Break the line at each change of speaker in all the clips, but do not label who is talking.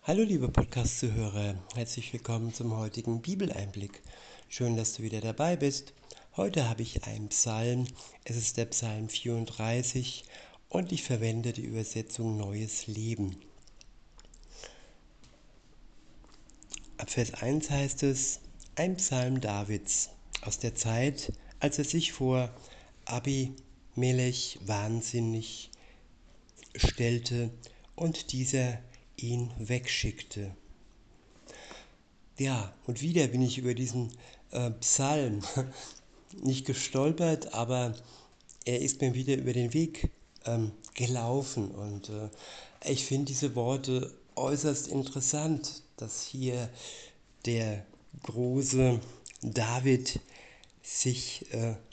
Hallo liebe Podcast-Zuhörer, herzlich willkommen zum heutigen Bibeleinblick. Schön, dass du wieder dabei bist. Heute habe ich einen Psalm, es ist der Psalm 34 und ich verwende die Übersetzung Neues Leben. Ab Vers 1 heißt es, ein Psalm Davids aus der Zeit, als er sich vor Abimelech wahnsinnig stellte und dieser ihn wegschickte. Ja, und wieder bin ich über diesen Psalm nicht gestolpert, aber er ist mir wieder über den Weg gelaufen. Und ich finde diese Worte äußerst interessant, dass hier der große David sich,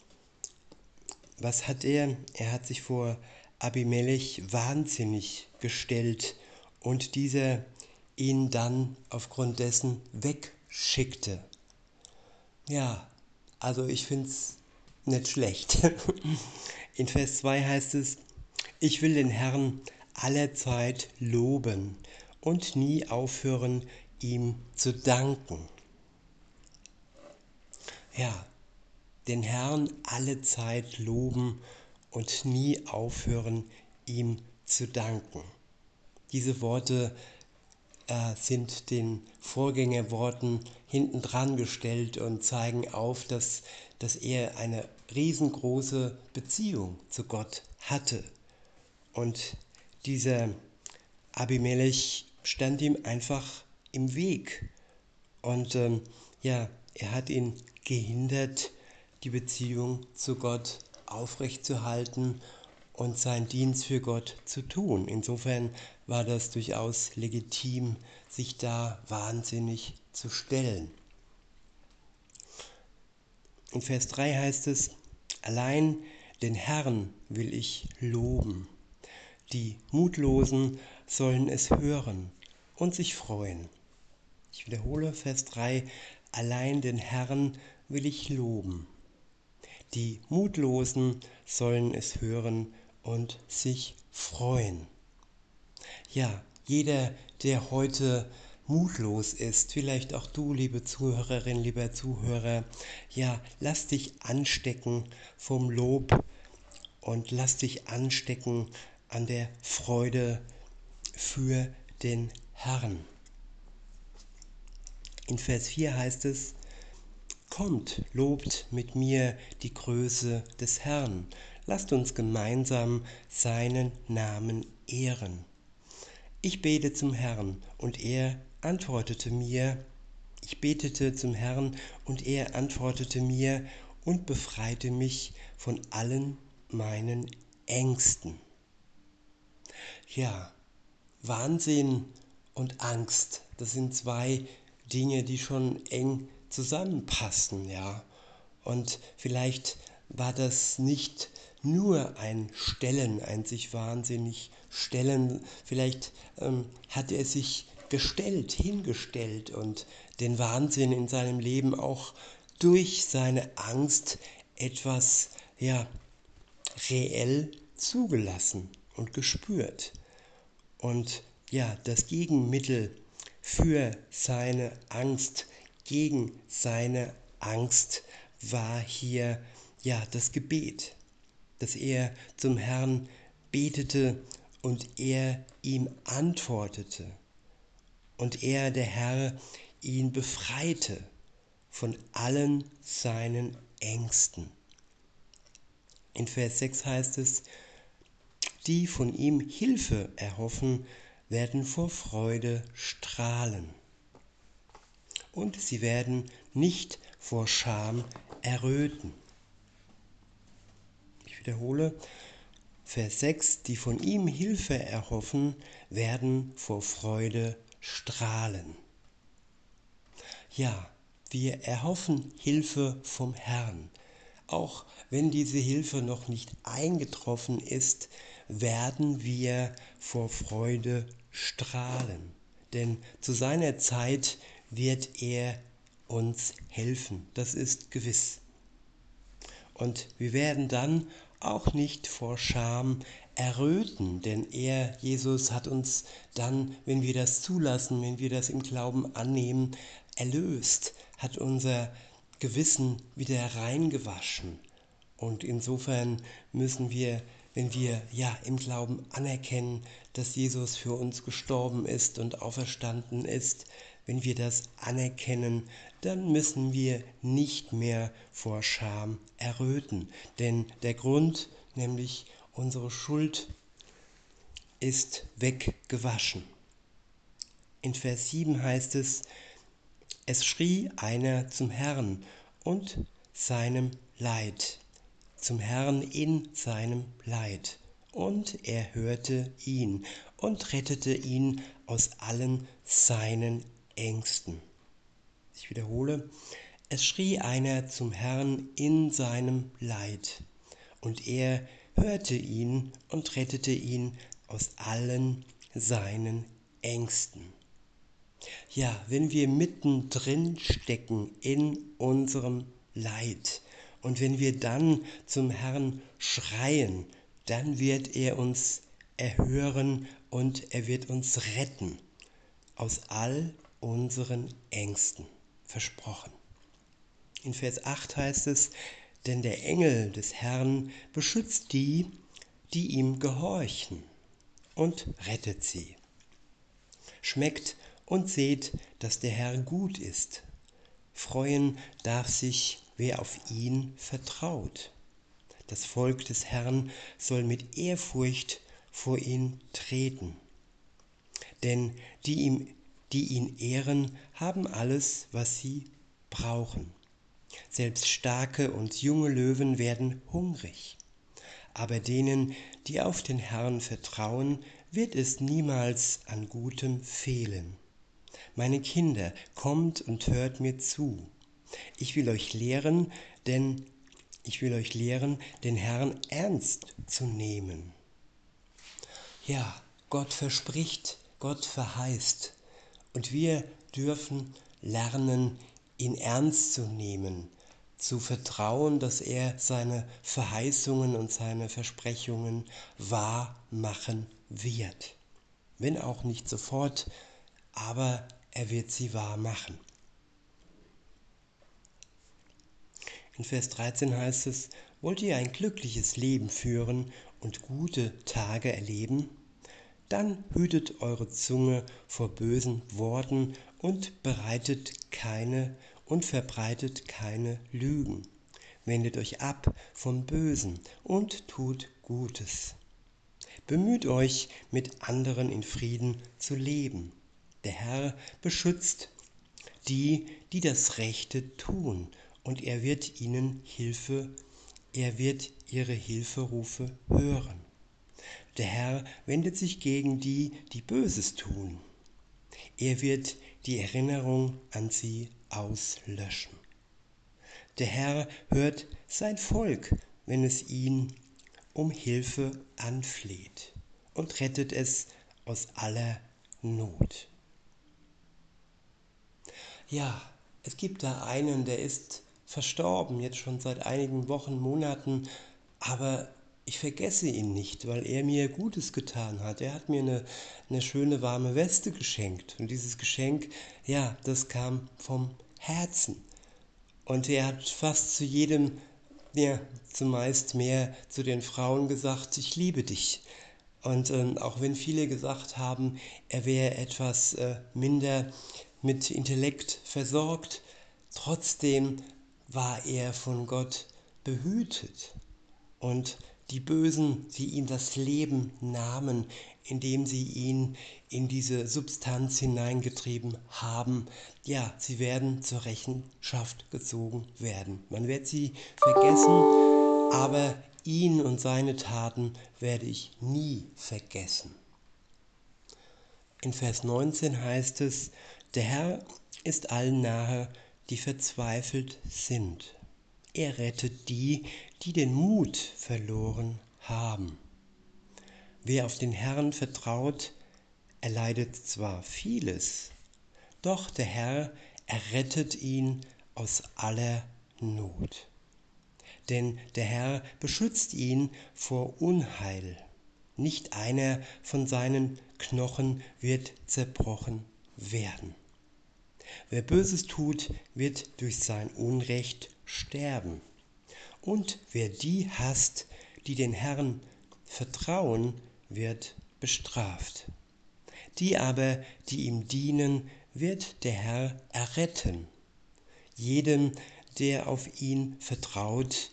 was hat er? Er hat sich vor Abimelech wahnsinnig gestellt und dieser ihn dann aufgrund dessen wegschickte. Ja, also ich finde es nicht schlecht. In Vers 2 heißt es, ich will den Herrn allerzeit loben und nie aufhören, ihm zu danken. Ja, den Herrn allezeit loben und nie aufhören, ihm zu danken. Diese Worte sind den Vorgängerworten hintendran gestellt und zeigen auf, dass er eine riesengroße Beziehung zu Gott hatte. Und dieser Abimelech stand ihm einfach im Weg. Und ja, er hat ihn gehindert, die Beziehung zu Gott aufrechtzuerhalten und seinen Dienst für Gott zu tun. Insofern war das durchaus legitim, sich da wahnsinnig zu stellen. In Vers 3 heißt es, allein den Herrn will ich loben. Die Mutlosen sollen es hören und sich freuen. Ich wiederhole Vers 3, allein den Herrn will ich loben. Die Mutlosen sollen es hören und sich freuen. Ja, jeder, der heute mutlos ist, vielleicht auch du, liebe Zuhörerin, lieber Zuhörer, ja, lass dich anstecken vom Lob und lass dich anstecken an der Freude für den Herrn. In Vers 4 heißt es, kommt, lobt mit mir die Größe des Herrn, lasst uns gemeinsam seinen Namen ehren. Ich bete zum Herrn und er antwortete mir, ich betete zum Herrn und er antwortete mir und befreite mich von allen meinen Ängsten. Ja, Wahnsinn und Angst, das sind zwei Dinge, die schon eng zusammenpassen, ja. Und vielleicht war das nicht nur ein Stellen, ein sich wahnsinnig stellen, vielleicht hat er sich gestellt, hingestellt und den Wahnsinn in seinem Leben auch durch seine Angst etwas, ja, reell zugelassen und gespürt. Und ja, das Gegenmittel für seine Angst, gegen seine Angst war hier ja das Gebet, dass er zum Herrn betete und er ihm antwortete und er, der Herr, ihn befreite von allen seinen Ängsten. In Vers 6 heißt es, die von ihm Hilfe erhoffen, werden vor Freude strahlen. Und sie werden nicht vor Scham erröten. Ich wiederhole, Vers 6, die von ihm Hilfe erhoffen, werden vor Freude strahlen. Ja, wir erhoffen Hilfe vom Herrn. Auch wenn diese Hilfe noch nicht eingetroffen ist, werden wir vor Freude strahlen. Denn zu seiner Zeit wird er uns helfen. Das ist gewiss. Und wir werden dann auch nicht vor Scham erröten, denn er, Jesus, hat uns dann, wenn wir das zulassen, wenn wir das im Glauben annehmen, erlöst, hat unser Gewissen wieder reingewaschen. Und insofern müssen wir, wenn wir ja im Glauben anerkennen, dass Jesus für uns gestorben ist und auferstanden ist, wenn wir das anerkennen, dann müssen wir nicht mehr vor Scham erröten. Denn der Grund, nämlich unsere Schuld, ist weggewaschen. In Vers 7 heißt es, es schrie einer zum Herrn und seinem Leid, zum Herrn in seinem Leid. Und er hörte ihn und rettete ihn aus allen seinen Ängsten. Ich wiederhole, es schrie einer zum Herrn in seinem Leid. Und er hörte ihn und rettete ihn aus allen seinen Ängsten. Ja, wenn wir mittendrin stecken in unserem Leid und wenn wir dann zum Herrn schreien, dann wird er uns erhören und er wird uns retten aus all unseren Ängsten. Versprochen. In Vers 8 heißt es, denn der Engel des Herrn beschützt die, die ihm gehorchen und rettet sie. Schmeckt und seht, dass der Herr gut ist. Freuen darf sich, wer auf ihn vertraut. Das Volk des Herrn soll mit Ehrfurcht vor ihn treten. Denn die ihn ehren, haben alles, was sie brauchen. Selbst starke und junge Löwen werden hungrig. Aber denen, die auf den Herrn vertrauen, wird es niemals an Gutem fehlen. Meine Kinder, kommt und hört mir zu. Ich will euch lehren, den Herrn ernst zu nehmen. Ja, Gott verspricht, Gott verheißt. Und wir dürfen lernen, ihn ernst zu nehmen, zu vertrauen, dass er seine Verheißungen und seine Versprechungen wahr machen wird. Wenn auch nicht sofort, aber er wird sie wahr machen. In Vers 13 heißt es, wollt ihr ein glückliches Leben führen und gute Tage erleben? Dann hütet eure Zunge vor bösen Worten und verbreitet keine Lügen. Wendet euch ab vom Bösen und tut Gutes. Bemüht euch, mit anderen in Frieden zu leben. Der Herr beschützt die, die das Rechte tun, und er wird ihre Hilferufe hören. Der Herr wendet sich gegen die, die Böses tun. Er wird die Erinnerung an sie auslöschen. Der Herr hört sein Volk, wenn es ihn um Hilfe anfleht und rettet es aus aller Not. Ja, es gibt da einen, der ist verstorben, jetzt schon seit einigen Wochen, Monaten, aber ich vergesse ihn nicht, weil er mir Gutes getan hat. Er hat mir eine schöne warme Weste geschenkt und dieses Geschenk, ja, das kam vom Herzen. Und er hat fast zu jedem, ja, zumeist mehr zu den Frauen gesagt, ich liebe dich. Und auch wenn viele gesagt haben, er wäre etwas minder mit Intellekt versorgt, trotzdem war er von Gott behütet. Und die Bösen, die ihm das Leben nahmen, indem sie ihn in diese Substanz hineingetrieben haben, ja, sie werden zur Rechenschaft gezogen werden. Man wird sie vergessen, aber ihn und seine Taten werde ich nie vergessen. In Vers 19 heißt es, der Herr ist allen nahe, die verzweifelt sind. Er rettet die, die den Mut verloren haben. Wer auf den Herrn vertraut, erleidet zwar vieles, doch der Herr errettet ihn aus aller Not. Denn der Herr beschützt ihn vor Unheil. nicht einer von seinen Knochen wird zerbrochen werden. Wer Böses tut, wird durch sein Unrecht sterben. Und wer die hasst, die den Herrn vertrauen, wird bestraft. Die aber, die ihm dienen, wird der Herr erretten. Jedem, der auf ihn vertraut,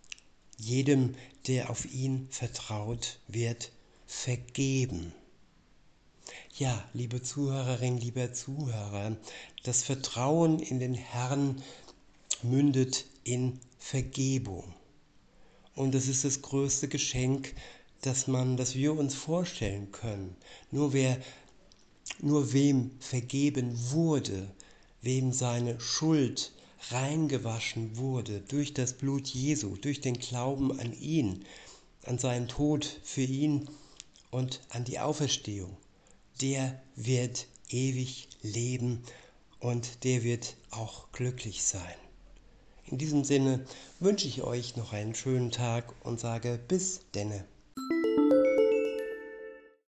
wird vergeben. Ja, liebe Zuhörerin, lieber Zuhörer, das Vertrauen in den Herrn mündet in Vergebung. Und das ist das größte Geschenk, das wir uns vorstellen können. Nur wem vergeben wurde, wem seine Schuld reingewaschen wurde durch das Blut Jesu, durch den Glauben an ihn, an seinen Tod für ihn und an die Auferstehung, der wird ewig leben und der wird auch glücklich sein. In diesem Sinne wünsche ich euch noch einen schönen Tag und sage bis denne.